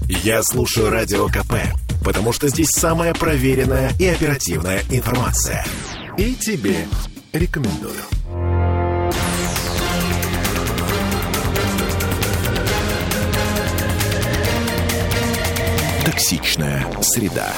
Я слушаю Радио КП, потому что здесь самая проверенная и оперативная информация. И тебе рекомендую. Токсичная среда.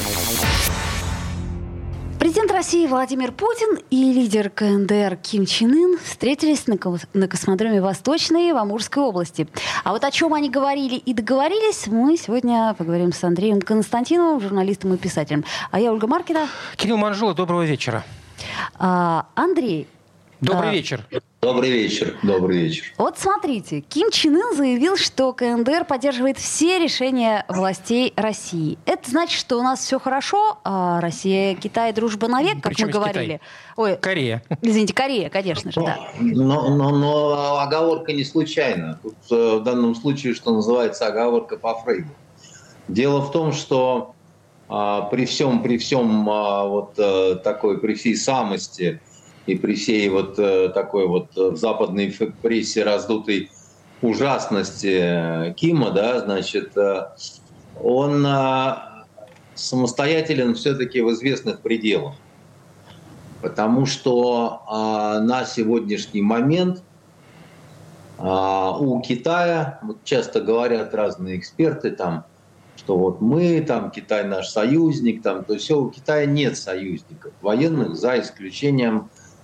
Президент России Владимир Путин и лидер КНДР Ким Чен Ын встретились на космодроме Восточной в Амурской области. А вот о чем они говорили и договорились, мы сегодня поговорим с Андреем Константиновым, журналистом и писателем. А я Ольга Маркина. Кирилл Манжула, доброго вечера. Андрей. Добрый вечер. Добрый вечер. Добрый вечер. Вот смотрите, Ким Чен Ын заявил, что КНДР поддерживает все решения властей России. Это значит, что у нас все хорошо, а Россия, Китай, дружба навек, как мы говорили. Ой, Корея. Извините, Корея, конечно же, да. Но оговорка не случайна. Тут в данном случае, что называется, оговорка по Фрейду. Дело в том, что при всей самости и при всей вот такой вот в западной прессе раздутой ужасности Кима, да, значит, он самостоятелен все-таки в известных пределах. Потому что на сегодняшний момент у Китая, вот часто говорят разные эксперты, там, что вот мы, там, Китай наш союзник, там, то есть у Китая нет союзников военных, за исключением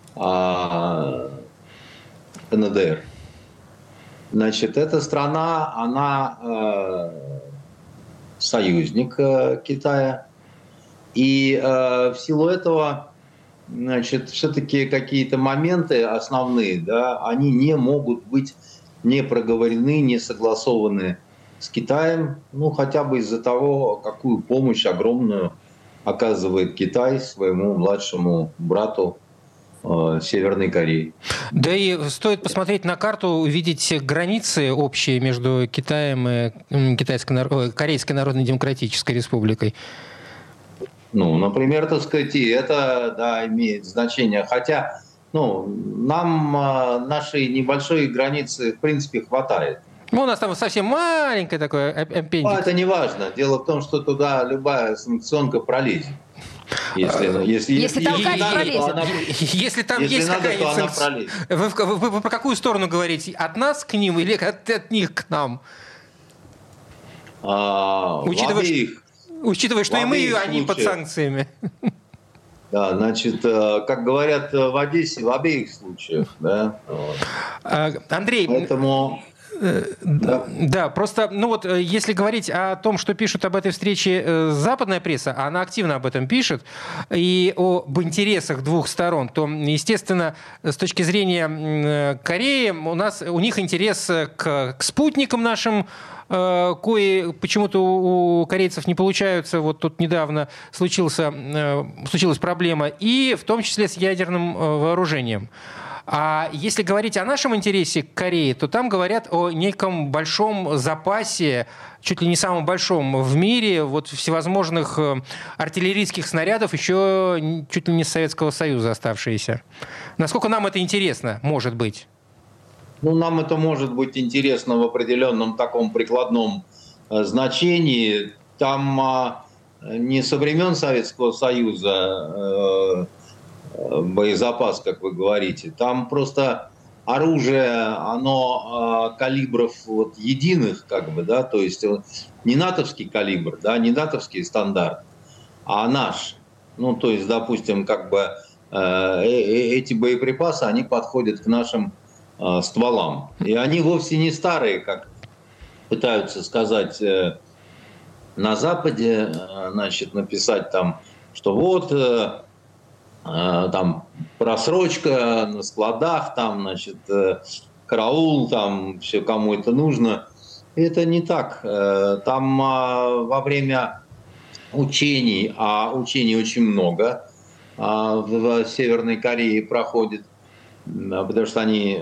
КНДР. Значит, эта страна, она союзник Китая. И в силу этого, значит, все-таки какие-то моменты основные, да, они не могут быть не проговорены, не согласованы с Китаем, ну, хотя бы из-за того, какую помощь огромную оказывает Китай своему младшему брату Северной Кореи. Да и стоит посмотреть на карту, увидеть границы общие между Китаем и Корейской Народно-Демократической Республикой. Ну, например, так сказать, и это, да, имеет значение. Хотя, ну, нам нашей небольшой границы, в принципе, хватает. Ну, у нас там совсем маленькое такое аппендикс. Это не важно. Дело в том, что туда любая санкционка пролезет. Если там есть какая-нибудь санкция. Вы про какую сторону говорите? От нас к ним или от них к нам? Учитывая, что и мы, и они под санкциями. Да, значит, как говорят в Одессе, в обеих случаях. Да? Андрей... Поэтому... Да, просто, ну вот, если говорить о том, что пишут об этой встрече западная пресса, она активно об этом пишет, и об интересах двух сторон, то, естественно, с точки зрения Кореи, у них интерес к спутникам нашим, кои почему-то у корейцев не получаются. Вот тут недавно случилась проблема, и в том числе с ядерным вооружением. А если говорить о нашем интересе к Корее, то там говорят о неком большом запасе, чуть ли не самом большом в мире, вот всевозможных артиллерийских снарядов, еще чуть ли не с Советского Союза оставшиеся. Насколько нам это интересно, может быть? Ну, нам это может быть интересно в определенном таком прикладном значении. Там не со времен Советского Союза боезапас, как вы говорите. Там просто оружие, оно калибров вот единых, как бы, да, то есть не натовский калибр, да, не натовский стандарт, а наш. Ну, то есть, допустим, как бы эти боеприпасы, они подходят к нашим стволам. И они вовсе не старые, как пытаются сказать на Западе, значит, написать там, что вот там просрочка на складах, там, значит, караул, там, все, кому это нужно. Это не так. Там во время учений, а учений очень много в Северной Корее проходит, потому что они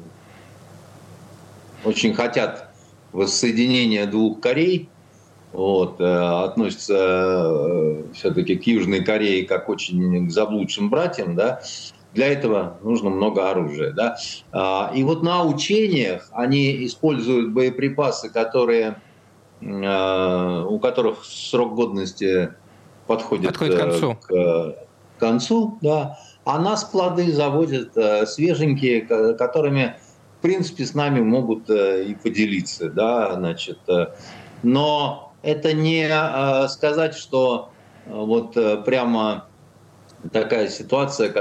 очень хотят воссоединения двух Корей. Вот, относятся все-таки к Южной Корее как очень к заблудшим братьям, да. Для этого нужно много оружия, да. И вот на учениях они используют боеприпасы, которые у которых срок годности подходит к концу, да. А нас плоды заводят свеженькие, которыми, в принципе, с нами могут и поделиться, да, значит. Но это не сказать, что вот прямо такая ситуация,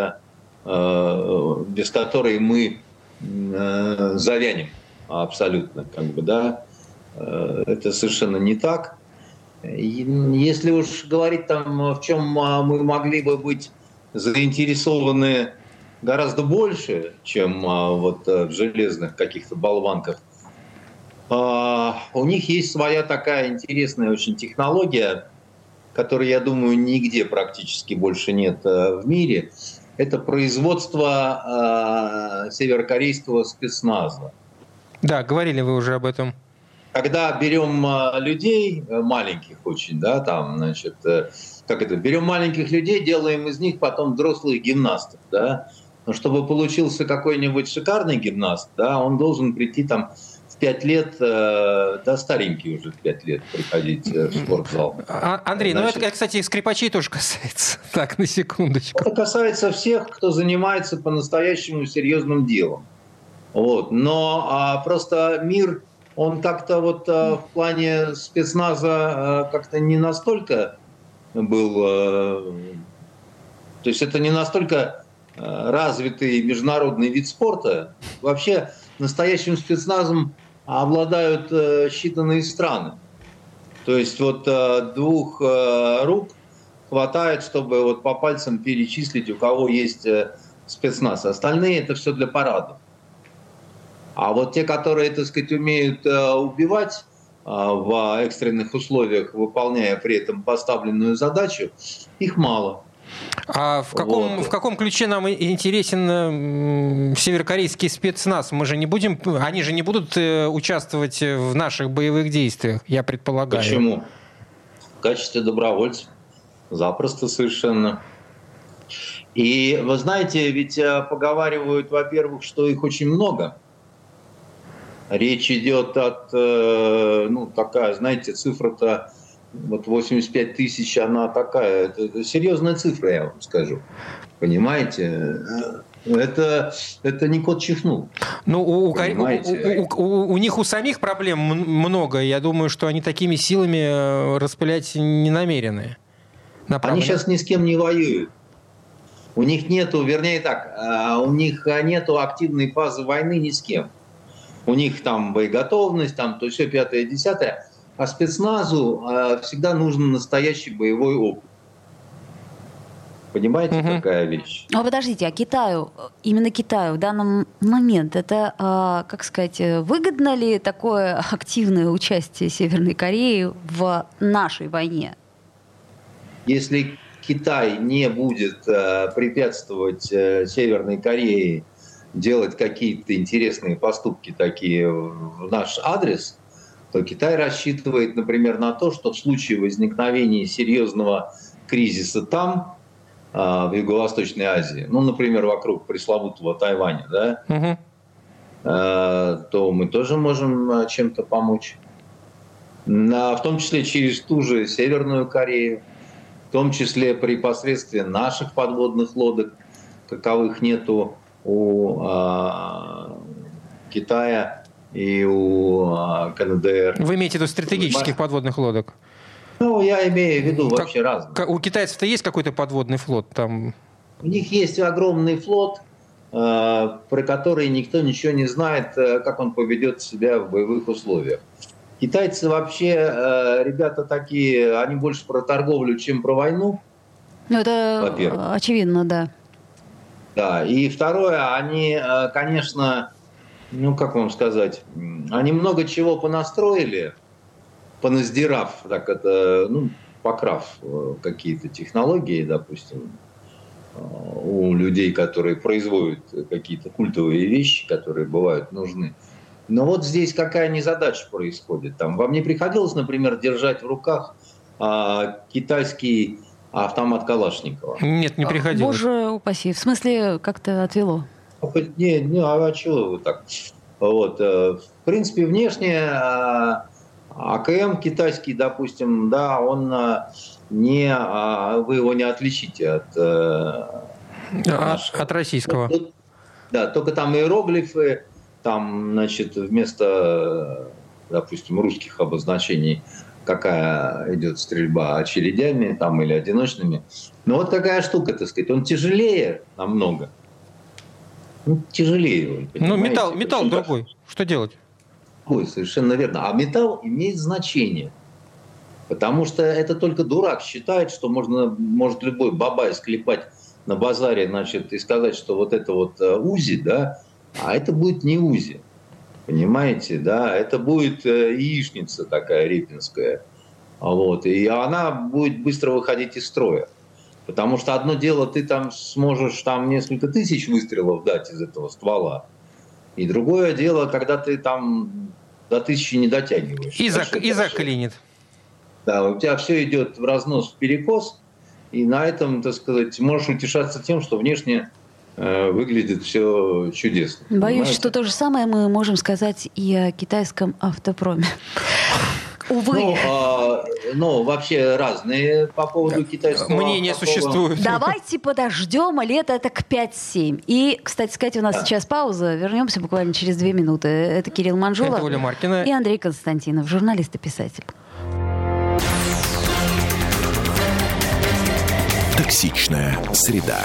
без которой мы завянем абсолютно, как бы, да. Это совершенно не так. Если уж говорить там, в чем мы могли бы быть заинтересованы гораздо больше, чем вот в железных каких-то болванках, у них есть своя такая интересная очень технология, которой, я думаю, нигде практически больше нет в мире. Это производство северокорейского спецназа. Да, говорили вы уже об этом. Когда берем людей маленьких очень, да, там, значит, берем маленьких людей, делаем из них потом взрослых гимнастов, да, но чтобы получился какой-нибудь шикарный гимнаст, да, он должен прийти там в 5 лет, да, старенький уже в 5 лет приходить в спортзал. Андрей, значит, это, кстати, скрипачей тоже касается, так, на секундочку. Это касается всех, кто занимается по-настоящему серьезным делом, вот, но просто мир... Он как-то вот в плане спецназа как-то не настолько был... То есть это не настолько развитый международный вид спорта. Вообще настоящим спецназом обладают считанные страны. То есть вот 2 рук хватает, чтобы вот по пальцам перечислить, у кого есть спецназ. Остальные это все для парадов. А вот те, которые, так сказать, умеют убивать в экстренных условиях, выполняя при этом поставленную задачу, их мало. А в каком ключе нам интересен северокорейский спецназ? Они же не будут участвовать в наших боевых действиях, я предполагаю. Почему? В качестве добровольцев. Запросто совершенно. И вы знаете, ведь поговаривают, во-первых, что их очень много. Речь идет такая, знаете, цифра-то, вот 85 тысяч, она такая, это серьезная цифра, я вам скажу. Понимаете? Это не кот чихнул. Ну, у них у самих проблем много. Я думаю, что они такими силами распылять не намерены. Они сейчас ни с кем не воюют. У них нету активной фазы войны ни с кем. У них там боеготовность, там то все 5-10, а спецназу всегда нужен настоящий боевой опыт. Понимаете, какая вещь? А подождите, именно Китаю в данный момент, это, как сказать, выгодно ли такое активное участие Северной Кореи в нашей войне? Если Китай не будет препятствовать Северной Корее делать какие-то интересные поступки такие в наш адрес, то Китай рассчитывает, например, на то, что в случае возникновения серьезного кризиса там, в Юго-Восточной Азии, например, вокруг пресловутого Тайваня, да, то мы тоже можем чем-то помочь. В том числе через ту же Северную Корею, в том числе при посредстве наших подводных лодок, каковых нету у Китая и у КНДР. Вы имеете в виду стратегических подводных лодок? Я имею в виду вообще разные. У китайцев-то есть какой-то подводный флот? Там... У них есть огромный флот, про который никто ничего не знает, как он поведет себя в боевых условиях. Китайцы вообще, ребята такие, они больше про торговлю, чем про войну. Это очевидно, да. Да, и второе, они, конечно, как вам сказать, они много чего понастроили, поназдирав, так это, покрав какие-то технологии, допустим, у людей, которые производят какие-то культовые вещи, которые бывают нужны. Но вот здесь какая незадача происходит. Вам не приходилось, например, держать в руках китайский автомат Калашникова? Нет, не приходилось. Боже упаси. В смысле, как-то отвело? А чего вы так? В принципе, внешне АКМ китайский, допустим, да, он вы его не отличите от от российского. Да, только там иероглифы, там, значит, вместо, допустим, русских обозначений, какая идет стрельба очередями там, или одиночными. Но вот такая штука, так сказать, он тяжелее намного. Тяжелее. Металл другой. Что делать? Ой, совершенно верно. А металл имеет значение. Потому что это только дурак считает, что может любой бабай склепать на базаре, значит, и сказать, что вот это вот УЗИ, да, а это будет не УЗИ. Понимаете, да, это будет яичница такая репинская. Вот, и она будет быстро выходить из строя. Потому что одно дело, ты там сможешь там несколько тысяч выстрелов дать из этого ствола. И другое дело, когда ты там до 1000 не дотягиваешь. И заклинит. Да, у тебя все идет в разнос, в перекос. И на этом, так сказать, можешь утешаться тем, что внешне выглядит все чудесно. Боюсь, понимаете? что то же самое мы можем сказать и о китайском автопроме. Увы. Ну, вообще разные по поводу китайского мнения существуют. Давайте подождем лето это к 5-7. И, кстати сказать, у нас сейчас пауза. Вернемся буквально через 2 минуты. Это Кирилл Манжула. Это Оля Маркина. И Андрей Константинов, журналист и писатель. Токсичная среда.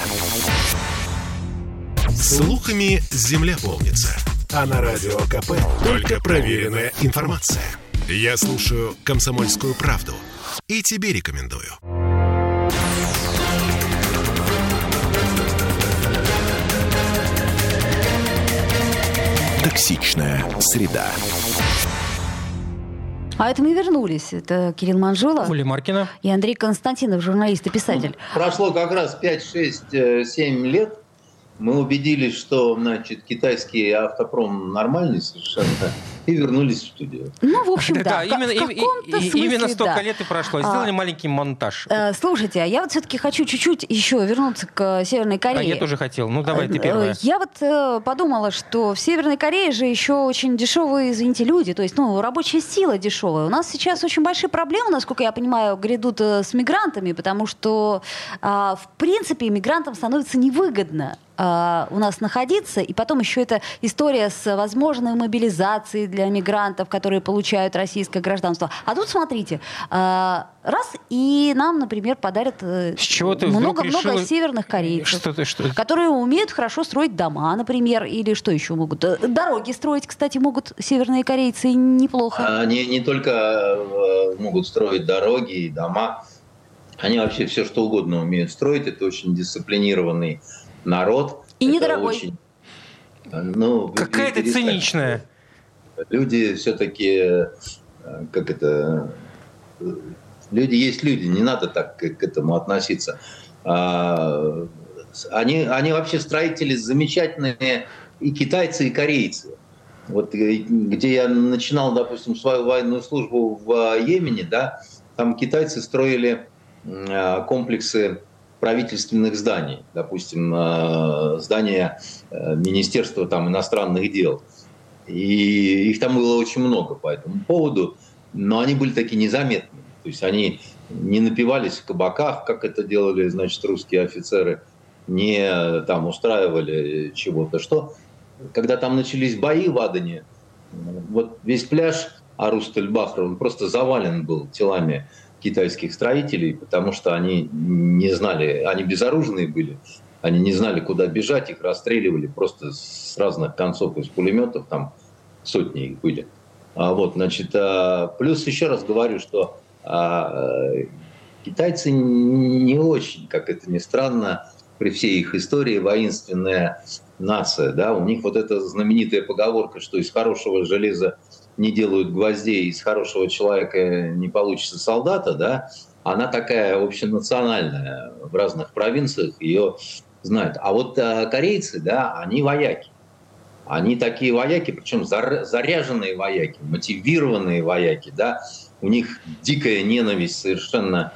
Слухами земля полнится. А на Радио КП только проверенная информация. Я слушаю «Комсомольскую правду» и тебе рекомендую. Токсичная среда. А это мы вернулись. Это Кирилл Манжула. Оля Маркина. И Андрей Константинов, журналист и писатель. Прошло как раз 5, 6, 7 лет. Мы убедились, что, значит, китайский автопром нормальный совершенно, и вернулись в студию. Ну, в общем, да. Именно столько лет и прошло. Сделали маленький монтаж. Слушайте, а я вот все-таки хочу чуть-чуть еще вернуться к Северной Корее. А я тоже хотел. Ну, давай, ты первая. Я вот подумала, что в Северной Корее же еще очень дешевые, извините, люди. То есть, рабочая сила дешевая. У нас сейчас очень большие проблемы, насколько я понимаю, грядут с мигрантами, потому что, в принципе, мигрантам становится невыгодно у нас находиться, и потом еще эта история с возможной мобилизацией для мигрантов, которые получают российское гражданство. А тут, смотрите, раз, и нам, например, подарят много-много северных корейцев, которые умеют хорошо строить дома, например, или что еще могут? Дороги строить, кстати, могут северные корейцы неплохо. Они не только могут строить дороги и дома, они вообще все, что угодно умеют строить. Это очень дисциплинированный народ. И недорогой. Очень, какая ты циничная. Люди все-таки, люди есть люди, не надо так к этому относиться. Они вообще строители замечательные, и китайцы, и корейцы. Вот где я начинал, допустим, свою военную службу в Йемене, да, там китайцы строили комплексы правительственных зданий, допустим, здания Министерства там, иностранных дел. И их там было очень много по этому поводу, но они были такие незаметные. То есть они не напивались в кабаках, как это делали, значит, русские офицеры, не там устраивали чего-то. Что, когда там начались бои в Адене, вот весь пляж Арус-Тель-Бахр, он просто завален был телами китайских строителей, потому что они не знали, они безоружные были, они не знали, куда бежать, их расстреливали просто с разных концов из пулеметов, там сотни их были. Плюс еще раз говорю, что китайцы не очень, как это ни странно, при всей их истории, воинственная нация. Да? У них вот эта знаменитая поговорка, что из хорошего железа не делают гвоздей, из хорошего человека не получится солдата, да, она такая общенациональная в разных провинциях, ее знают. А вот корейцы, да, они вояки. Они такие вояки, причем заряженные вояки, мотивированные вояки, да. У них дикая ненависть совершенно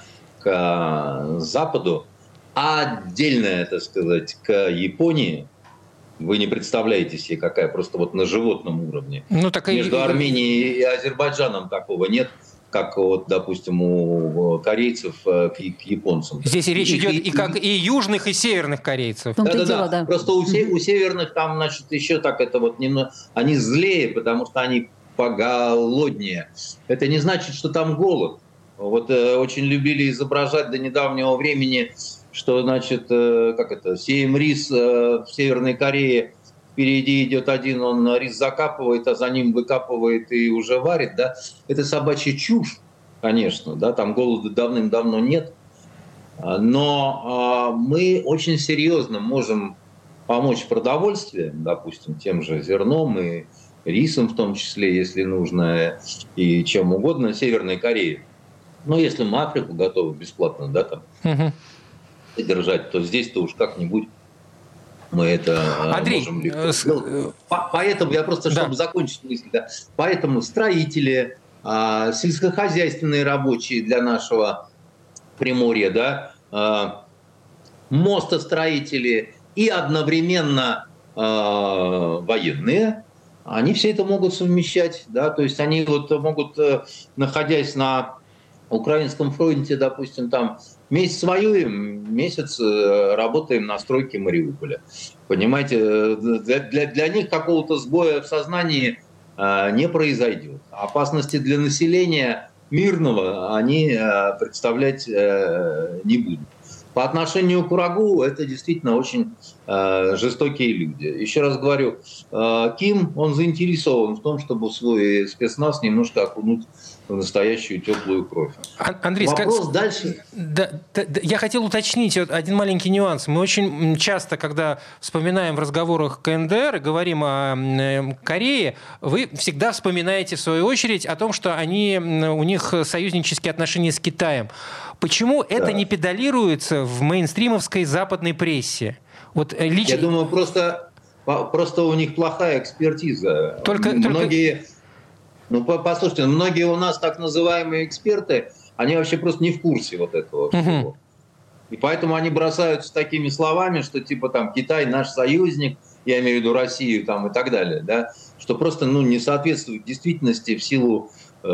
к Западу, а отдельная, так сказать, к Японии. Вы не представляете себе, какая просто вот на животном уровне. Так Между Арменией и Азербайджаном такого нет, как вот, допустим, у корейцев к японцам. Здесь речь идет и южных, и северных корейцев. Да. Просто у северных там, значит, еще так это вот немного... Они злее, потому что они поголоднее. Это не значит, что там голод. Вот очень любили изображать до недавнего времени, что, значит, сеем рис в Северной Корее, впереди идет один, он рис закапывает, а за ним выкапывает и уже варит, да. Это собачья чушь, конечно, да, там голода давным-давно нет. Но мы очень серьезно можем помочь продовольствием, допустим, тем же зерном и рисом в том числе, если нужно, и чем угодно, Северной Корее. Но если мы Африку готовы бесплатно, да, там, содержать, то здесь-то уж как-нибудь мы это Андрей, можем легко. Поэтому я просто, чтобы закончить мысль, да, поэтому строители, сельскохозяйственные рабочие для нашего Приморья, да, мостостроители и одновременно военные, они все это могут совмещать, да, то есть они вот могут, находясь на украинском фронте, допустим, там месяц воюем, месяц работаем на стройке Мариуполя. Понимаете, для них какого-то сбоя в сознании не произойдет. Опасности для населения мирного они представлять не будут. По отношению к врагу это действительно очень жестокие люди. Еще раз говорю, Ким, он заинтересован в том, чтобы свой спецназ немножко окунуть в настоящую теплую кровь. Андрей, вопрос дальше. Я хотел уточнить один маленький нюанс. Мы очень часто, когда вспоминаем в разговорах КНДР и говорим о Корее, вы всегда вспоминаете в свою очередь о том, что у них союзнические отношения с Китаем. Почему это не педалируется в мейнстримовской западной прессе? Вот Я думаю, просто у них плохая экспертиза. Многие у нас так называемые эксперты, они вообще просто не в курсе вот этого всего. И поэтому они бросаются такими словами, что типа там Китай наш союзник, я имею в виду Россию там и так далее, да, что просто не соответствует действительности в силу,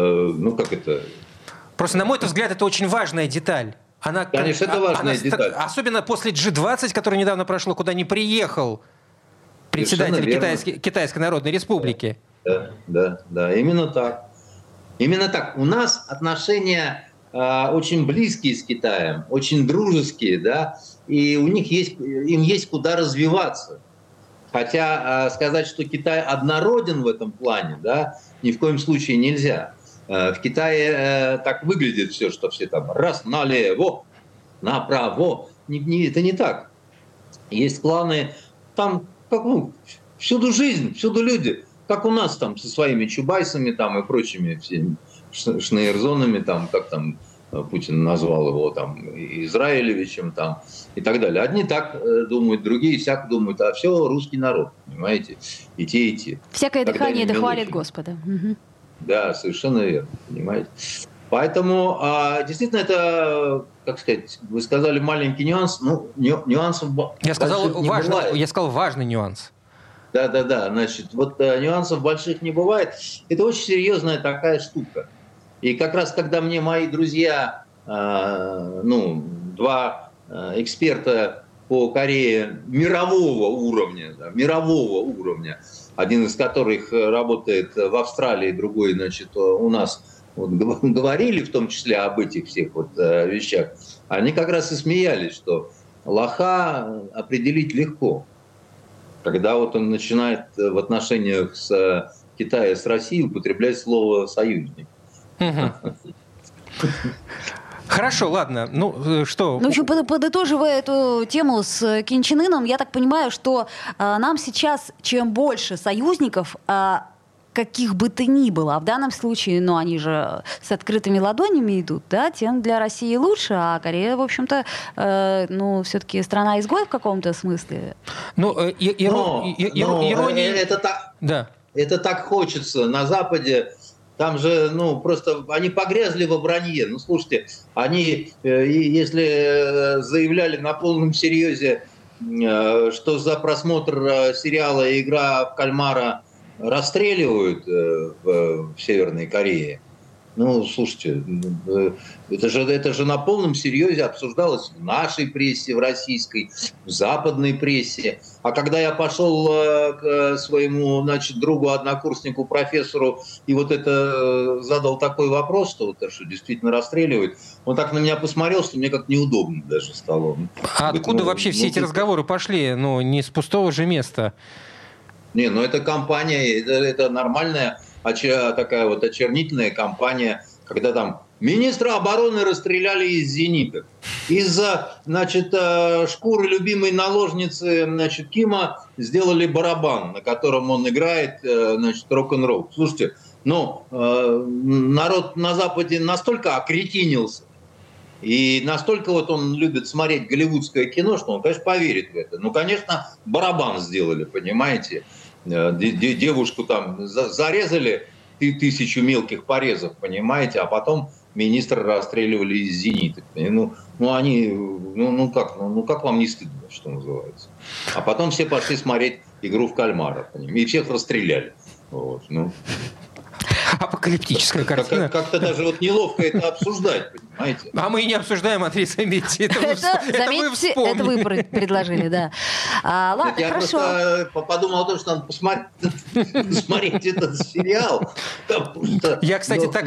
Просто, на мой взгляд, это очень важная деталь. Конечно, это важная деталь. Особенно после G20, который недавно прошло, куда не приехал председатель Китайской Народной Республики. Да, именно так. Именно так. У нас отношения очень близкие с Китаем, очень дружеские, да, и им есть куда развиваться. Хотя сказать, что Китай однороден в этом плане, да, ни в коем случае нельзя. В Китае так выглядит все, что все там раз налево, направо. Это не так. Есть кланы, там всюду жизнь, всюду люди. Как у нас там со своими чубайсами там, и прочими всеми шнейрзонами, там, как там Путин назвал его там, Израилевичем там, и так далее. Одни так думают, другие всяк думают, а все русский народ, понимаете, и те, и те. Всякое дыхание да хвалит Господа. Да, совершенно верно, понимаете. Поэтому действительно это, как сказать, вы сказали маленький нюанс, нюансов я сказал важный нюанс. Да, значит, вот нюансов больших не бывает. Это очень серьезная такая штука. И как раз когда мне мои друзья, два эксперта по Корее мирового уровня, один из которых работает в Австралии, другой, значит, у нас говорили в том числе об этих всех вещах, они как раз и смеялись, что лоха определить легко. Когда он начинает в отношениях с Китаем, с Россией употреблять слово «союзник». Хорошо, ладно. Что? В общем, подытоживая эту тему с Ким Чен Ыном, я так понимаю, что нам сейчас чем больше союзников, каких бы то ни было, а в данном случае, они же с открытыми ладонями идут, да, тем для России лучше, а Корея, в общем-то, все-таки страна-изгой в каком-то смысле. Ирония... Это так хочется на Западе. Там же, просто они погрязли во вранье. Слушайте, они, если заявляли на полном серьезе что за просмотр сериала «Игра в кальмара» расстреливают в Северной Корее. Ну, слушайте, это же на полном серьезе обсуждалось в нашей прессе, в российской, в западной прессе. А когда я пошел к своему, значит, другу, однокурснику, профессору, и вот это задал такой вопрос, что вот это что, действительно расстреливают, он так на меня посмотрел, что мне как-то неудобно даже стало. А откуда вообще все эти разговоры пошли? Ну, не с пустого же места. Не, ну это кампания, это нормальная такая вот очернительная кампания, когда там министра обороны расстреляли из зениток. Из-за, значит, шкуры любимой наложницы, значит, Кима сделали барабан, на котором он играет, значит, рок-н-ролл. Слушайте, ну, народ на Западе настолько окретинился, и настолько вот он любит смотреть голливудское кино, что он, конечно, поверит в это. Ну, конечно, барабан сделали, понимаете? Девушку там зарезали 1000 мелких порезов, понимаете, а потом министра расстреливали из зениток. Ну как вам не стыдно, что называется. А потом все пошли смотреть «Игру в кальмара», и всех расстреляли. Вот, ну. Апокалиптическая картина. Как-то даже вот неловко это обсуждать, понимаете? А мы и не обсуждаем, Андрей, заметьте. Заметьте, это вы предложили, да. Ладно, я хорошо. Я просто подумал о том, что надо посмотреть этот сериал. Я, кстати, так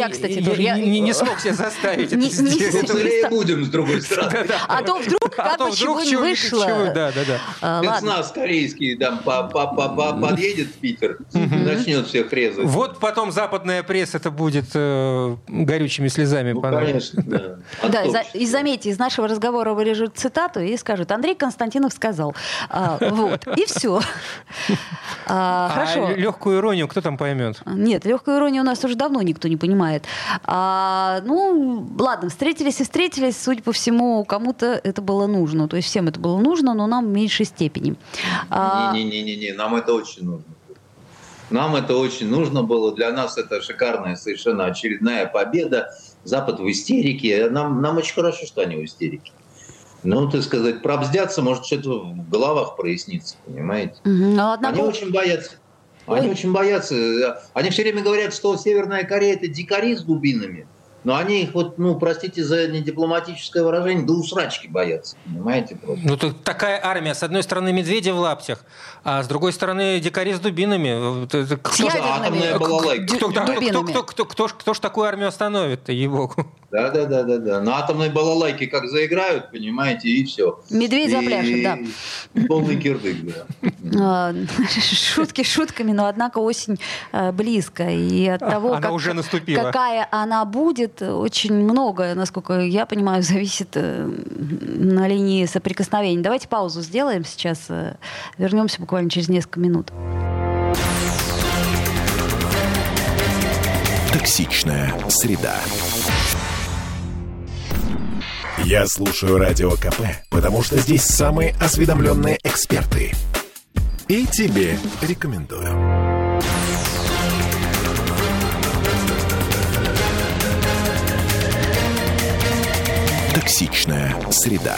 и не смог себя заставить это сделать. Вот и будем, с другой стороны. А то вдруг как бы чего не вышло. Спецназ корейский подъедет в Питер, начнет всех резать. Вот потом западная пресса это будет горючими слезами. Ну, конечно, да. Да, и заметьте, из нашего разговора вырежут цитату и скажут: Андрей Константинов сказал. Вот, и все. Хорошо. А легкую иронию кто там поймет? Нет, легкую иронию у нас уже давно никто не понимает. Ну, ладно, встретились и встретились. Судя по всему, кому-то это было нужно. То есть всем это было нужно, но нам в меньшей степени. Не-не-не, нам это очень нужно. Нам это очень нужно было. Для нас это шикарная совершенно очередная победа. Запад в истерике. Нам очень хорошо, что они в истерике. Ну, так сказать, пробздятся, может, что-то в головах прояснится, понимаете? Они очень боятся. Они очень боятся. Они все время говорят, что Северная Корея – это дикари с дубинами. Но они их, вот, ну, простите за недипломатическое выражение, до усрачки боятся, понимаете? Просто. Ну, такая армия. С одной стороны, медведи в лаптях, а с другой стороны, дикари с дубинами. Атомная балалайка. Кто ж такую армию остановит-то, ей-богу? Да. На атомной балалайке как заиграют, понимаете, и все. Медведь запляшет, да. Полный кирдык, да. Шутки шутками, но, однако, осень близко. И от того, какая она будет, очень многое, насколько я понимаю, зависит на линии соприкосновений. Давайте паузу сделаем сейчас. Вернемся буквально через несколько минут. Токсичная среда. Я слушаю Радио КП, потому что здесь самые осведомленные эксперты. И тебе рекомендую. Токсичная среда.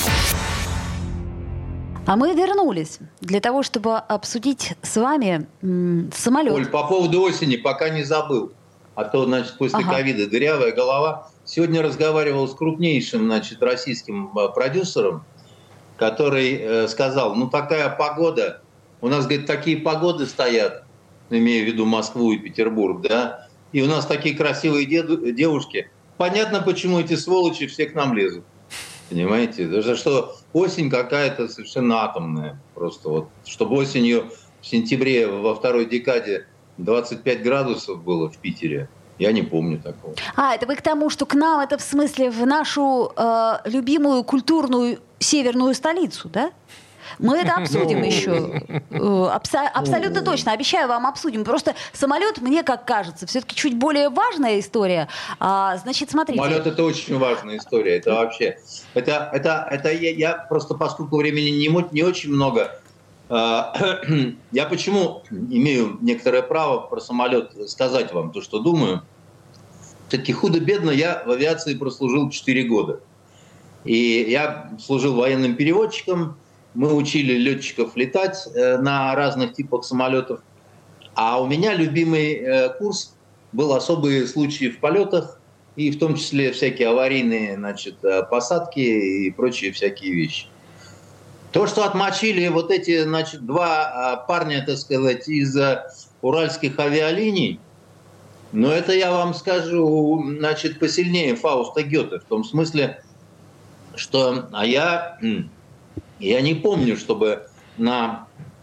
А мы вернулись для того, чтобы обсудить с вами самолет. Оль, по поводу осени пока не забыл. А то, значит, после ковида дырявая голова. Сегодня разговаривал с крупнейшим, значит, российским продюсером, который сказал: ну такая погода, у нас, говорит, такие погоды стоят, имея в виду Москву и Петербург, да, и у нас такие красивые девушки. Понятно, почему эти сволочи все к нам лезут. Понимаете? Даже что осень какая-то совершенно атомная. Просто вот, чтобы осенью в сентябре во второй декаде 25 градусов было в Питере, я не помню такого. Это вы к тому, что к нам, это в смысле в нашу любимую культурную северную столицу, да? Мы это обсудим еще. Абсолютно точно. Обещаю вам, обсудим. Просто самолет, мне как кажется, все-таки чуть более важная история. Значит, смотрите. Самолет — это очень важная история. Это вообще... Это я просто, поскольку времени не очень много, я почему имею некоторое право про самолет сказать вам то, что думаю. Все-таки худо-бедно я в авиации прослужил 4 года. И я служил военным переводчиком, мы учили летчиков летать на разных типах самолетов. А у меня любимый курс был особые случаи в полетах, и в том числе всякие аварийные, значит, посадки и прочие всякие вещи. То, что отмочили вот эти, значит, два парня, так сказать, из уральских авиалиний, но это я вам скажу, значит, посильнее Фауста Гёте, в том смысле, что я не помню, чтобы на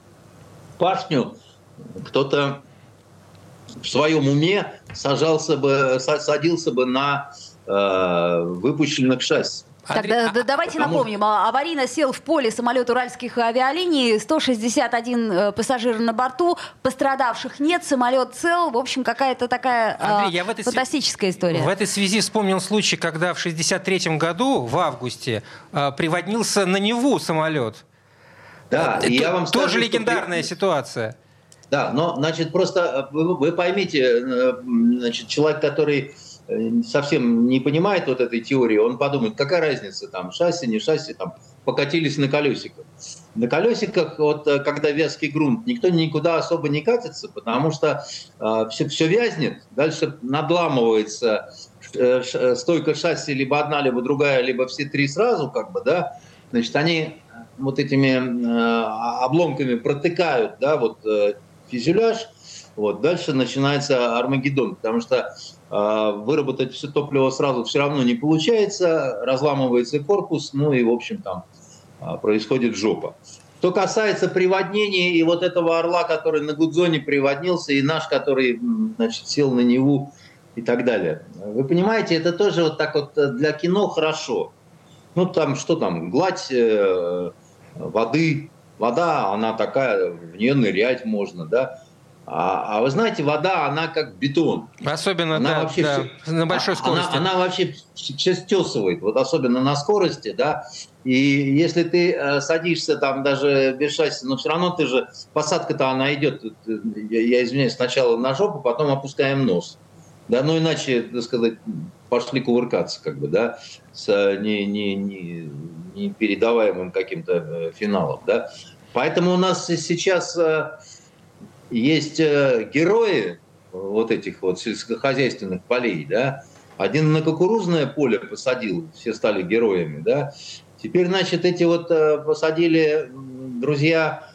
башню кто-то в своем уме садился бы на выпущенных шасси. Тогда давайте напомним. Аварийно сел в поле самолет уральских авиалиний, 161 пассажир на борту, пострадавших нет, самолет цел. В общем, какая-то такая фантастическая история. В этой связи вспомнил случай, когда в 1963 году, в августе, приводнился на Неву самолет. Да, и я вам скажу, тоже легендарная ситуация. Да, но, значит, просто вы поймите, значит, человек, который совсем не понимает вот этой теории, он подумает, какая разница, там, шасси, не шасси, там, покатились на колесиках. На колесиках, вот, когда вязкий грунт, никто никуда особо не катится, потому что все вязнет, дальше надламывается стойка шасси, либо одна, либо другая, либо все три сразу, как бы, да, значит, они вот этими обломками протыкают, да, вот, фюзеляж, вот, дальше начинается Армагеддон, потому что выработать все топливо сразу все равно не получается, разламывается корпус, ну и, в общем, там происходит жопа. Что касается приводнения и вот этого орла, который на Гудзоне приводнился, и наш, который, значит, сел на Неву и так далее. Вы понимаете, это тоже вот так вот для кино хорошо. Ну, там, что там, гладь воды, вода, она такая, в нее нырять можно, да. А вы знаете, вода, она как бетон. Особенно, она вообще все, на большой скорости. Она вообще все стесывает, вот особенно на скорости, да. И если ты садишься там даже без шасси, но все равно ты же, посадка-то она идет, я извиняюсь, сначала на жопу, потом опускаем нос. Да, ну иначе, так сказать, пошли кувыркаться, как бы, да, с непередаваемым каким-то финалом, да. Поэтому у нас сейчас есть герои вот этих вот сельскохозяйственных полей, да. Один на кукурузное поле посадил, все стали героями, да. Теперь, значит, эти вот посадили друзья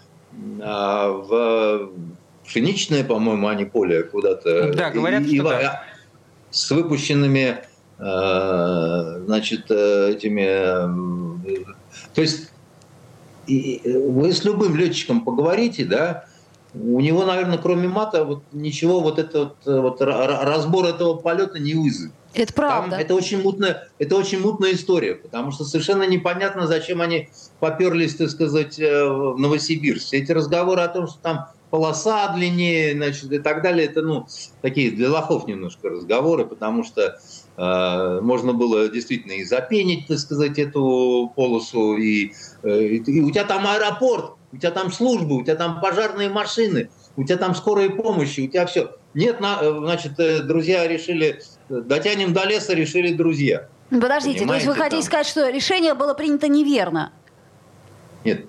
в пшеничное, по-моему, они поле куда-то. Да, говорят, что да. С выпущенными, значит, этими... То есть вы с любым летчиком поговорите, да, у него, наверное, кроме мата, вот ничего, вот этот вот разбор этого полета не вызовет. Это правда. Там, это очень мутная история, потому что совершенно непонятно, зачем они поперлись, так сказать, в Новосибирск. Все эти разговоры о том, что там полоса длиннее, значит, и так далее, это, ну, такие для лохов немножко разговоры, потому что можно было действительно и запенить, так сказать, эту полосу, и у тебя там аэропорт, у тебя там службы, у тебя там пожарные машины, у тебя там скорая помощь, у тебя все. Нет, значит, друзья решили, дотянем до леса, решили друзья. Подождите, понимаете, то есть вы хотите сказать, что решение было принято неверно? Нет,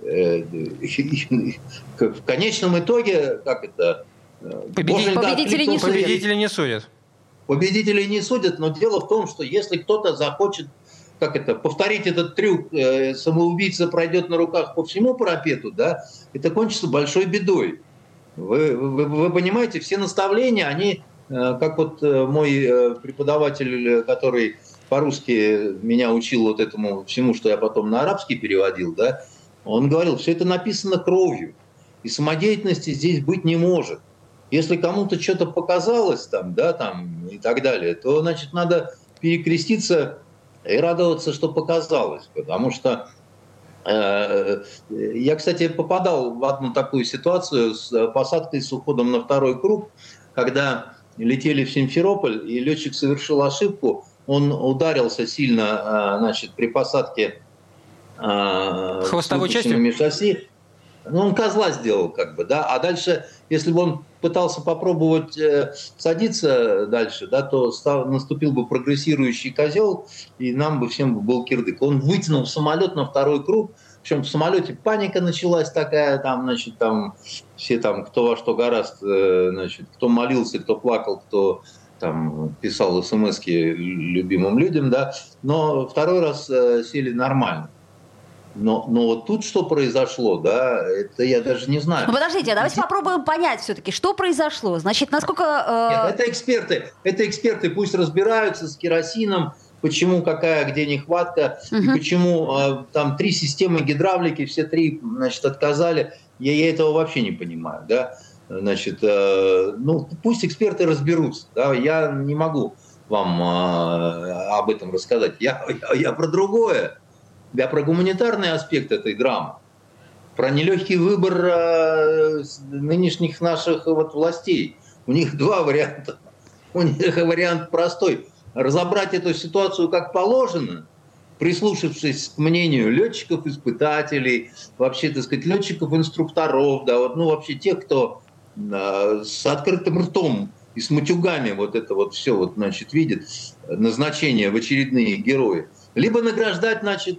в конечном итоге, как это... Победители не судят. Победители не судят. Победителей не судят, но дело в том, что если кто-то захочет, как это, повторить этот трюк, самоубийца пройдет на руках по всему парапету, да, это кончится большой бедой. Вы понимаете, все наставления, они, как вот мой преподаватель, который по-русски меня учил вот этому всему, что я потом на арабский переводил, да, он говорил, все это написано кровью, и самодеятельности здесь быть не может. Если кому-то что-то показалось там, да, там и так далее, то, значит, надо перекреститься и радоваться, что показалось. Потому что я, кстати, попадал в одну такую ситуацию с посадкой, с уходом на второй круг, когда летели в Симферополь, и летчик совершил ошибку, он ударился сильно, значит, при посадке хвостовой частью шасси. Ну, он козла сделал, как бы, да. А дальше, если бы он пытался попробовать садиться дальше, да, то наступил бы прогрессирующий козел, и нам бы всем был кирдык. Он вытянул самолет на второй круг, Причем в самолете паника началась такая, там, значит, там все там, кто во что гораст, значит, кто молился, кто плакал, кто там писал смски любимым людям, да. Но второй раз сели нормально. Но вот тут что произошло, да, это я даже не знаю. Ну, подождите, давайте попробуем понять все-таки, что произошло. Значит, насколько... Нет, это эксперты пусть разбираются с керосином, почему, какая, где нехватка, и почему там 3 системы гидравлики, все 3, значит, отказали. Я этого вообще не понимаю, да. Значит, ну, пусть эксперты разберутся, да, я не могу вам об этом рассказать. Я про другое. Я про гуманитарный аспект этой драмы, про нелегкий выбор нынешних наших вот властей. У них 2 варианта. У них вариант простой. Разобрать эту ситуацию как положено, прислушавшись к мнению летчиков-испытателей, вообще, так сказать, летчиков-инструкторов, да, вот, ну, вообще тех, кто с открытым ртом и с матюгами вот это вот все, вот, значит, видит назначение в очередные герои. Либо награждать, значит,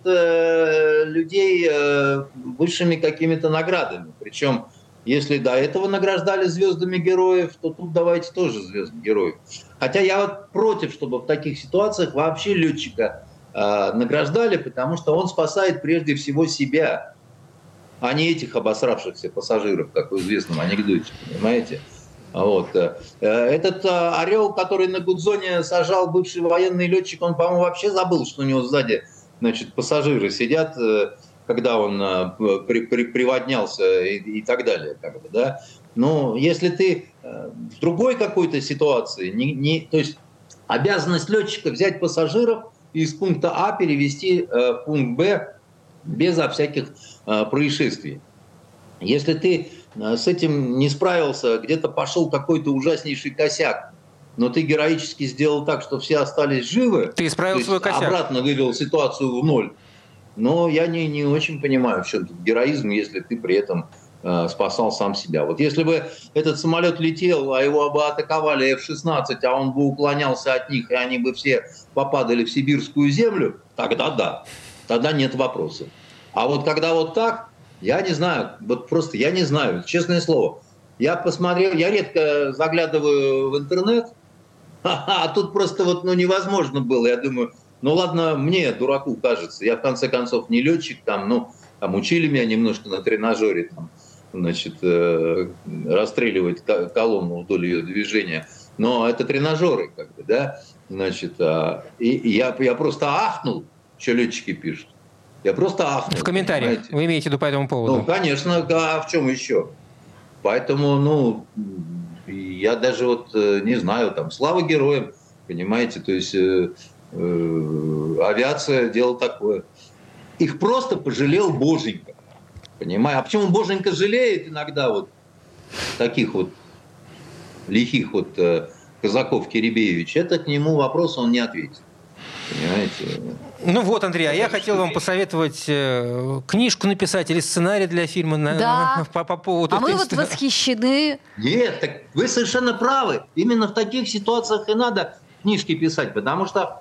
людей высшими какими-то наградами. Причем, если до этого награждали звездами героев, то тут давайте тоже звезд героев. Хотя я вот против, чтобы в таких ситуациях вообще летчика награждали, потому что он спасает прежде всего себя, а не этих обосравшихся пассажиров, как в известном анекдоте, понимаете? Вот. Этот орел, который на Гудзоне сажал бывший военный летчик, он, по-моему, вообще забыл, что у него сзади, значит, пассажиры сидят, когда он приводнялся и так далее. Как бы, да? Но если ты в другой какой-то ситуации, то есть обязанность летчика взять пассажиров и из пункта А перевести в пункт Б безо всяких происшествий. Если ты с этим не справился, где-то пошел какой-то ужаснейший косяк, но ты героически сделал так, что все остались живы. Ты исправил свой косяк. Обратно вывел ситуацию в ноль. Но я не очень понимаю, в чем тут героизм, если ты при этом спасал сам себя. Вот если бы этот самолет летел, а его бы атаковали F-16, а он бы уклонялся от них, и они бы все попадали в сибирскую землю, тогда да, тогда нет вопросов. А вот когда вот так, я не знаю, вот просто я не знаю, честное слово. Я посмотрел, я редко заглядываю в интернет, а тут просто вот невозможно было. Я думаю, ну ладно, мне, дураку, кажется, я в конце концов не летчик, там учили меня немножко на тренажере, там, значит, расстреливать колонну вдоль ее движения. Но это тренажеры, как бы, да, значит, и я просто ахнул, что летчики пишут. Я просто ахнул. В комментариях, понимаете? Вы имеете в виду по этому поводу? Ну, конечно, а в чем еще? Поэтому, я даже вот не знаю, там, слава героям, понимаете, то есть авиация – дело такое. Их просто пожалел Боженька, понимаете? А почему Боженька жалеет иногда вот таких вот лихих вот казаков Киребеевич? Это к нему вопрос он не ответит. Понимаете? Ну вот, Андрей, а я хотел вам посоветовать книжку написать или сценарий для фильма по поводу... А мы вот восхищены. Нет, так вы совершенно правы. Именно в таких ситуациях и надо книжки писать, потому что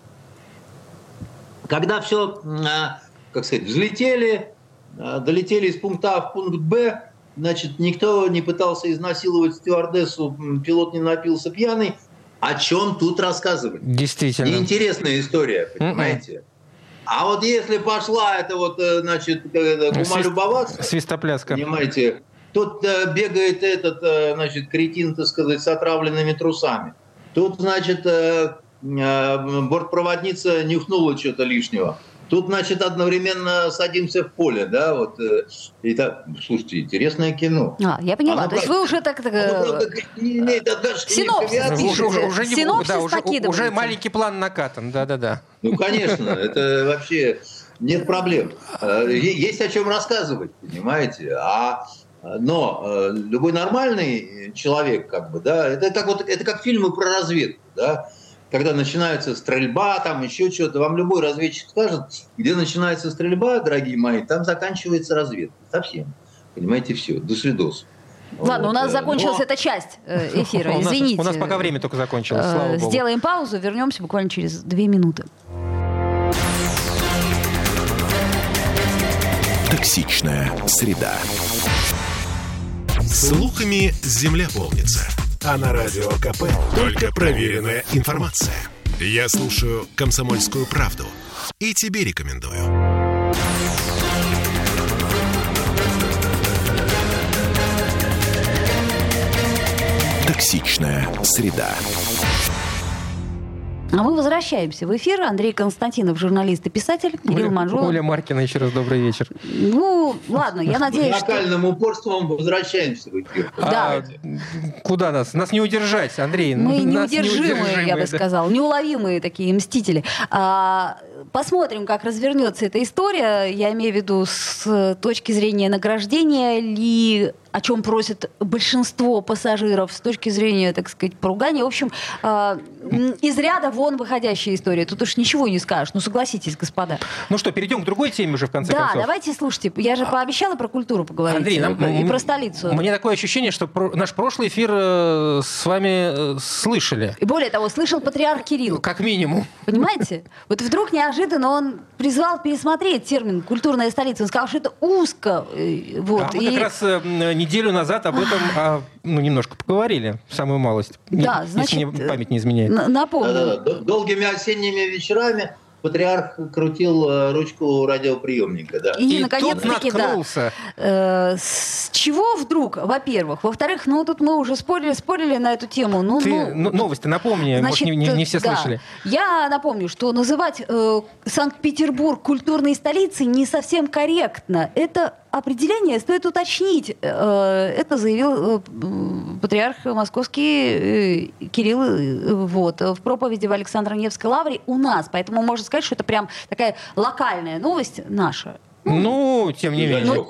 когда все, как сказать, взлетели, долетели из пункта А в пункт Б, значит, никто не пытался изнасиловать стюардессу, пилот не напился пьяный. О чем тут рассказывать? Действительно. Неинтересная история, понимаете? А вот если пошла это вот, значит, умолюбоваться... Свистопляска. Понимаете, тут бегает этот, значит, кретин, так сказать, с отравленными трусами. Тут, значит, бортпроводница нюхнула что-то лишнего. Тут, значит, одновременно садимся в поле, да, вот. И так, слушайте, интересное кино. Я поняла, то есть вы уже так... Синопсис накидываете. Уже маленький план накатан, да-да-да. Ну, конечно, это вообще нет проблем. Есть о чем рассказывать, понимаете? Но любой нормальный человек, как бы, да, это как фильмы про разведку, да. Когда начинается стрельба, там еще что-то, вам любой разведчик скажет, где начинается стрельба, дорогие мои, там заканчивается разведка. Совсем. Понимаете, все. До свидос. Ладно, вот. У нас закончилась эта часть эфира, извините. У нас пока время только закончилось, слава богу. Сделаем паузу, вернемся буквально через 2 минуты. Токсичная среда. Слухами земля полнится. А на Радио КП только проверенная информация. Я слушаю «Комсомольскую правду» и тебе рекомендую. Токсичная среда. А мы возвращаемся в эфир. Андрей Константинов, журналист и писатель. Кирилл Манжулов. Оля Маркина, еще раз добрый вечер. Ну, ладно, я надеюсь, что... Локальным упорством возвращаемся в эфир. Да. Куда нас? Нас не удержать, Андрей. Мы Нас неудержимые, я бы сказала, неуловимые такие мстители. Посмотрим, как развернется эта история. Я имею в виду с точки зрения награждения ли, о чем просят большинство пассажиров, с точки зрения, так сказать, поругания. В общем, из ряда вон выходящая история. Тут уж ничего не скажешь. Ну, согласитесь, господа. Ну что, перейдем к другой теме уже, в конце концов. Да, давайте, слушайте. Я же пообещала про культуру поговорить. Андрей, и про столицу. Мне такое ощущение, что наш прошлый эфир с вами слышали. И более того, слышал патриарх Кирилл. Как минимум. Понимаете? Вот вдруг неожиданно он призвал пересмотреть термин «культурная столица». Он сказал, что это узко. Вот. А мы как раз неделю назад об этом немножко поговорили, самую малость. Да, значит, если мне память не изменяет. Напомню. Да. Долгими осенними вечерами патриарх крутил ручку радиоприемника. Да. И наконец-таки, да. С чего вдруг, во-первых? Во-вторых, тут мы уже спорили на эту тему. Новости напомни, значит, может, не все да. слышали. Я напомню, что называть Санкт-Петербург культурной столицей не совсем корректно. Это определение стоит уточнить. Это заявил патриарх московский Кирилл в проповеди в Александро-Невской лавре у нас. Поэтому можно сказать, что это прям такая локальная новость наша. Тем не менее.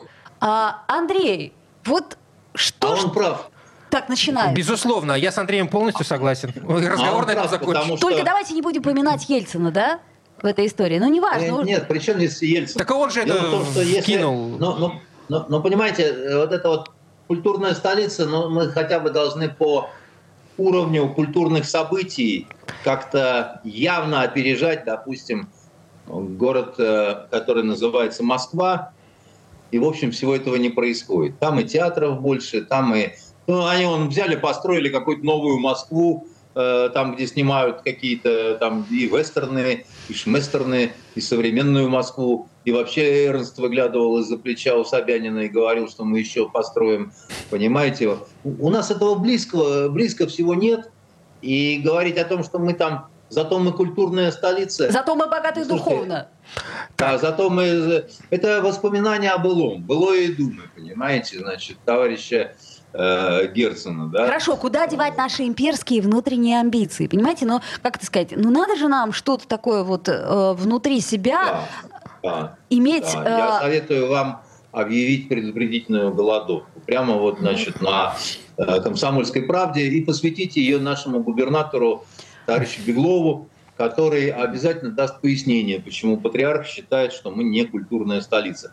Андрей, вот что... он прав. Так, начинаем. Безусловно, я с Андреем полностью согласен. Разговор на этом закончен. Только давайте не будем поминать Ельцина, да? В этой истории. Неважно. Нет, при чем здесь Ельцин? Так он же это кинул. Но понимаете, вот эта вот культурная столица, мы хотя бы должны по уровню культурных событий как-то явно опережать, допустим, город, который называется Москва, и, в общем, всего этого не происходит. Там и театров больше, там и... они взяли, построили какую-то новую Москву, там, где снимают какие-то там и вестерны, и шместерны, и современную Москву. И вообще Эрнст выглядывал из-за плеча у Собянина и говорил, что мы еще построим. Понимаете? У нас этого близко всего нет. И говорить о том, что мы там... Зато мы культурная столица. Зато мы богаты духовно. Да, зато мы... Это воспоминания о былом. Былое и думы, понимаете? Значит, товарища Герцена, да? Хорошо, куда девать наши имперские внутренние амбиции? Понимаете, как это сказать? Надо же нам что-то такое внутри себя иметь... Да. Я советую вам объявить предупредительную голодовку. Прямо на «Комсомольской правде» и посвятить ее нашему губернатору, товарищу Беглову, который обязательно даст пояснение, почему патриарх считает, что мы не культурная столица.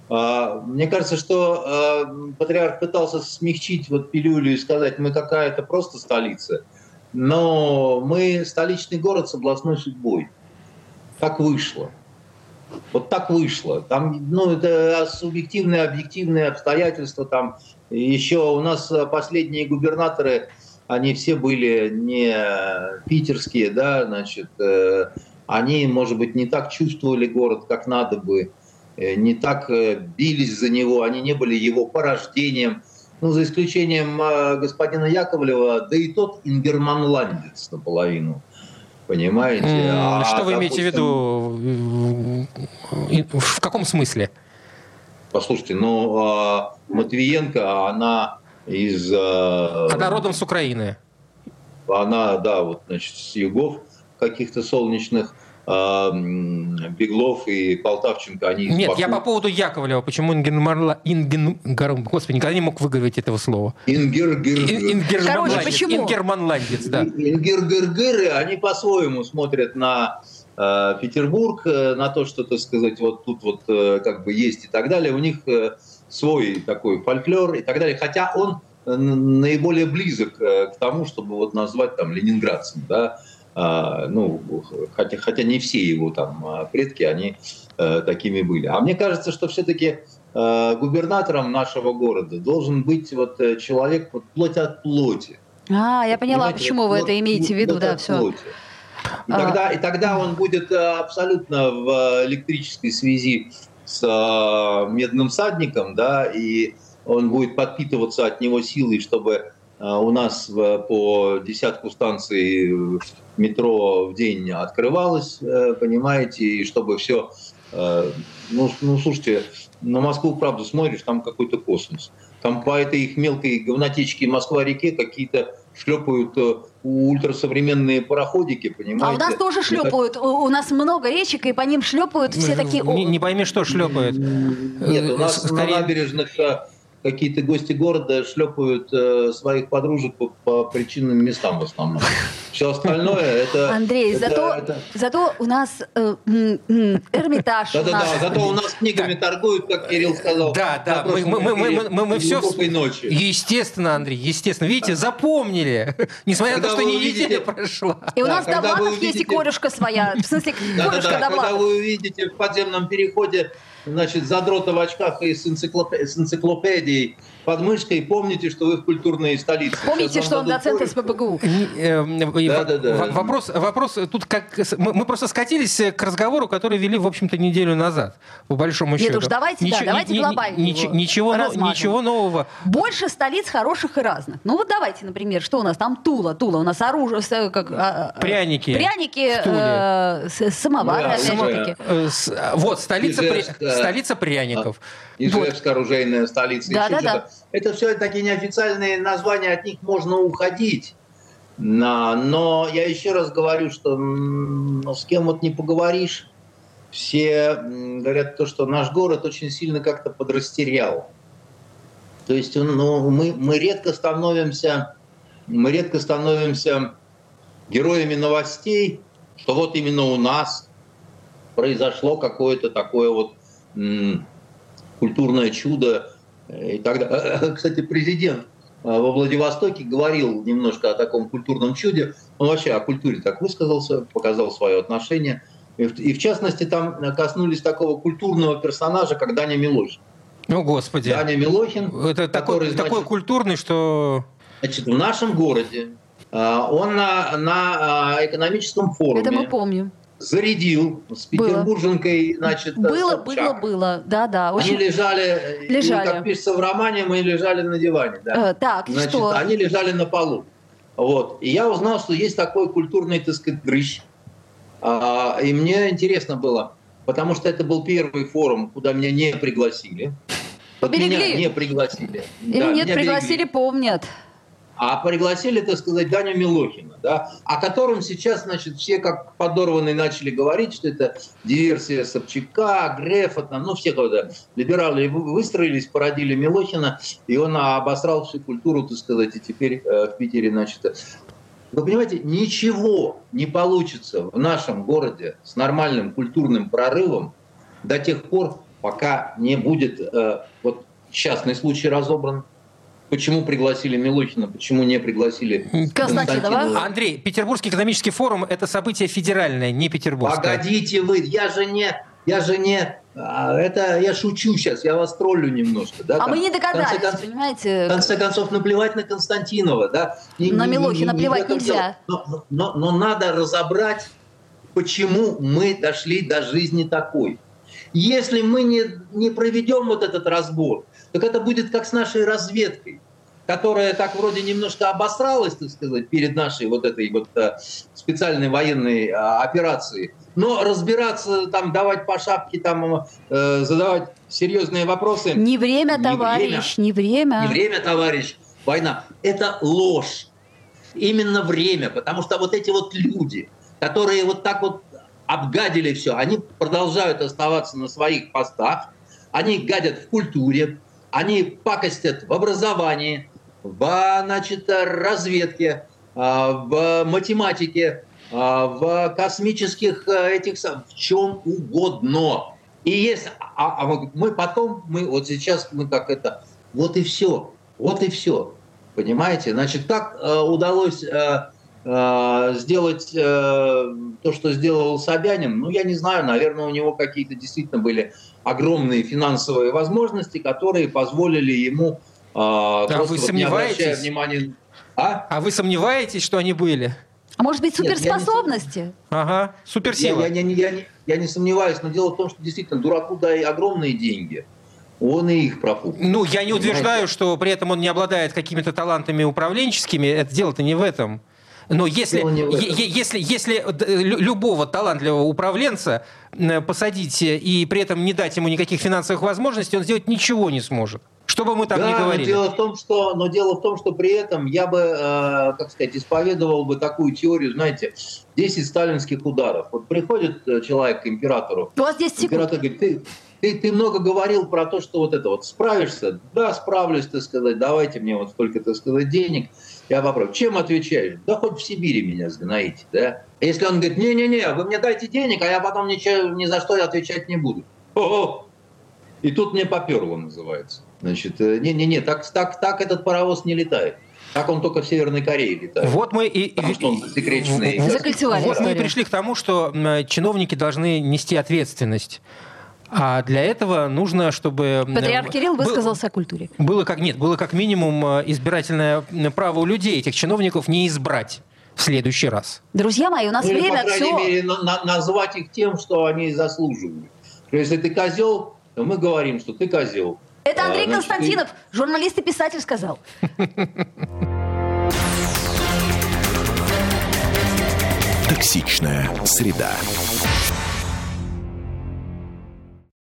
Мне кажется, что патриарх пытался смягчить пилюлю и сказать, мы какая-то просто столица, но мы столичный город с областной судьбой. Так вышло. Вот так вышло. Там, это субъективные, объективные обстоятельства. Там еще у нас последние губернаторы, они все были не питерские, да, значит, они, может быть, не так чувствовали город, как надо бы, не так бились за него, они не были его порождением, за исключением господина Яковлева, да и тот ингерманландец наполовину, понимаете? Что вы имеете в виду? В каком смысле? Послушайте, Матвиенко, она Она родом с Украины. Она, да, с югов каких-то солнечных, Беглов и Полтавченко, они из Нет, Баку. Я по поводу Яковлева. Почему Господи, никогда не мог выговорить этого слова. Ингерманландец, да. Ингергергеры, они по-своему смотрят на Петербург, на то, что, так сказать, тут есть и так далее. У них свой такой фольклор и так далее. Хотя он наиболее близок к тому, чтобы назвать там ленинградцем, да. хотя не все его там предки, они такими были. А мне кажется, что все-таки губернатором нашего города должен быть вот человек вот плоть от плоти. Я поняла, почему вы это имеете в виду, да, все. И тогда он будет абсолютно в электрической связи с Медным всадником, да, и он будет подпитываться от него силой, чтобы у нас по десятку станций метро в день открывалось, понимаете, и чтобы все... слушайте, на Москву, правда, смотришь, там какой-то космос. Там по этой их мелкой говнотечке Москва-реке какие-то шлепают ультрасовременные пароходики, понимаете? А у нас тоже шлепают. У нас много речек, и по ним шлепают все такие... Не пойми, что шлепают. Нет, у нас на набережных какие-то гости города шлепают своих подружек по причинным местам в основном. Все остальное это... Андрей, зато у нас Эрмитаж. Да, зато у нас книгами торгуют, как Кирилл сказал. Да, мы все... Ночи. Естественно, Андрей, естественно. Видите, запомнили. Несмотря на то, что неделя прошла. И у нас Довлатов есть и корюшка своя. В смысле, корюшка Довлатов. Когда вы увидите в подземном переходе, значит, задрота в очках и с энциклопедией под мышкой, помните, что вы в культурной столице. Помните, что он доцент СПбГУ. Вопрос тут как... Мы просто скатились к разговору, который вели, в общем-то, неделю назад, по большому счету. Нет уж, давайте глобально Ничего нового. Больше столиц хороших и разных. Ну вот давайте, например, что у нас там? Тула. У нас оружие... Пряники. Самовары, опять-таки. Вот, столица пряников. Ижевск, оружейная столица. Да. Это все такие неофициальные названия, от них можно уходить. Но я еще раз говорю, что с кем вот не поговоришь, все говорят то, что наш город очень сильно как-то подрастерял. То есть мы редко становимся героями новостей, что вот именно у нас произошло какое-то такое вот культурное чудо. И тогда, кстати, президент во Владивостоке говорил немножко о таком культурном чуде. Он вообще о культуре так высказался, показал свое отношение. И в частности, там коснулись такого культурного персонажа, как Даня Милохин. О, Господи. Даня Милохин. Это такой культурный, что... Значит, в нашем городе он на экономическом форуме... Это мы помним. Зарядил с петербурженкой, значит, Собчак. Было. Да. Очень... Они лежали. Как пишется в романе, мы лежали на диване. Да? Так, значит, что? Они лежали на полу. Вот. И я узнал, что есть такой культурный, так сказать, дрыщ. И мне интересно было, потому что это был первый форум, куда меня не пригласили. Поберегли? Меня не пригласили. Или нет, пригласили, помнят. А пригласили, так сказать, Даню Милохина, да, о котором сейчас, значит, все как подорванные начали говорить, что это диверсия Собчака, Грефа, все либералы выстроились, породили Милохина, и он обосрал всю культуру, так сказать, и теперь в Питере, значит... Вы понимаете, ничего не получится в нашем городе с нормальным культурным прорывом до тех пор, пока не будет вот частный случай разобран. Почему пригласили Милохина, почему не пригласили Константинова? Андрей, Петербургский экономический форум – это событие федеральное, не петербургское. Погодите вы, я шучу сейчас, я вас троллю немножко. Да, мы не догадались, понимаете? В конце концов, наплевать на Константинова. Да? На Милохина плевать нельзя. Но надо разобрать, почему мы дошли до жизни такой. Если мы не проведем вот этот разбор, так это будет как с нашей разведкой, которая так вроде немножко обосралась, так сказать, перед нашей вот этой вот специальной военной операцией. Но разбираться, там, давать по шапке, там, задавать серьезные вопросы... Не время, товарищ, не время. Не время, товарищ. Война. Это ложь. Именно время. Потому что вот эти вот люди, которые вот так вот обгадили все, они продолжают оставаться на своих постах, они гадят в культуре, они пакостят в образовании, в, значит, разведке, в математике, в космических этих, в чем угодно. И есть, мы вот сейчас, мы как это, вот и все, понимаете? Значит, как удалось сделать то, что сделал Собянин, ну, я не знаю, наверное, у него какие-то действительно были огромные финансовые возможности, которые позволили ему просто вы сомневаетесь? не обращая внимания... А вы сомневаетесь, что они были? А может быть, суперспособности? Ага, суперсила. Я не сомневаюсь, но дело в том, что действительно дураку дай огромные деньги. Он и их пропустит. Ну, я не утверждаю, что при этом он не обладает какими-то талантами управленческими. Это дело-то не в этом. Но если любого талантливого управленца посадить и при этом не дать ему никаких финансовых возможностей, он сделать ничего не сможет. Что бы мы там ни говорили. Но дело в том, что при этом я бы, исповедовал бы такую теорию, знаете, 10 сталинских ударов. Вот приходит человек к императору. У вас 10 секунд. Император говорит, ты много говорил про то, что вот это вот справишься? Да, справлюсь, так сказать, давайте мне вот столько, так сказать, денег. Я попробую. Чем отвечаешь? Да хоть в Сибири меня сгноите, да? Если он говорит, не-не-не, вы мне дайте денег, а я потом ни за что отвечать не буду. О-о! И тут мне поперло, называется. Значит, не-не-не, так этот паровоз не летает. Так он только в Северной Корее летает. Вот мы закольцевали. Вот мы и пришли к тому, что чиновники должны нести ответственность. А для этого нужно, чтобы... Патриарх Кирилл высказался о культуре. Было как минимум избирательное право у людей, этих чиновников не избрать в следующий раз. Друзья мои, у нас время, по крайней мере, назвать их тем, что они заслуживают. Если ты козел, то мы говорим, что ты козел. Это Андрей Константинов, журналист и писатель, сказал. Токсичная среда.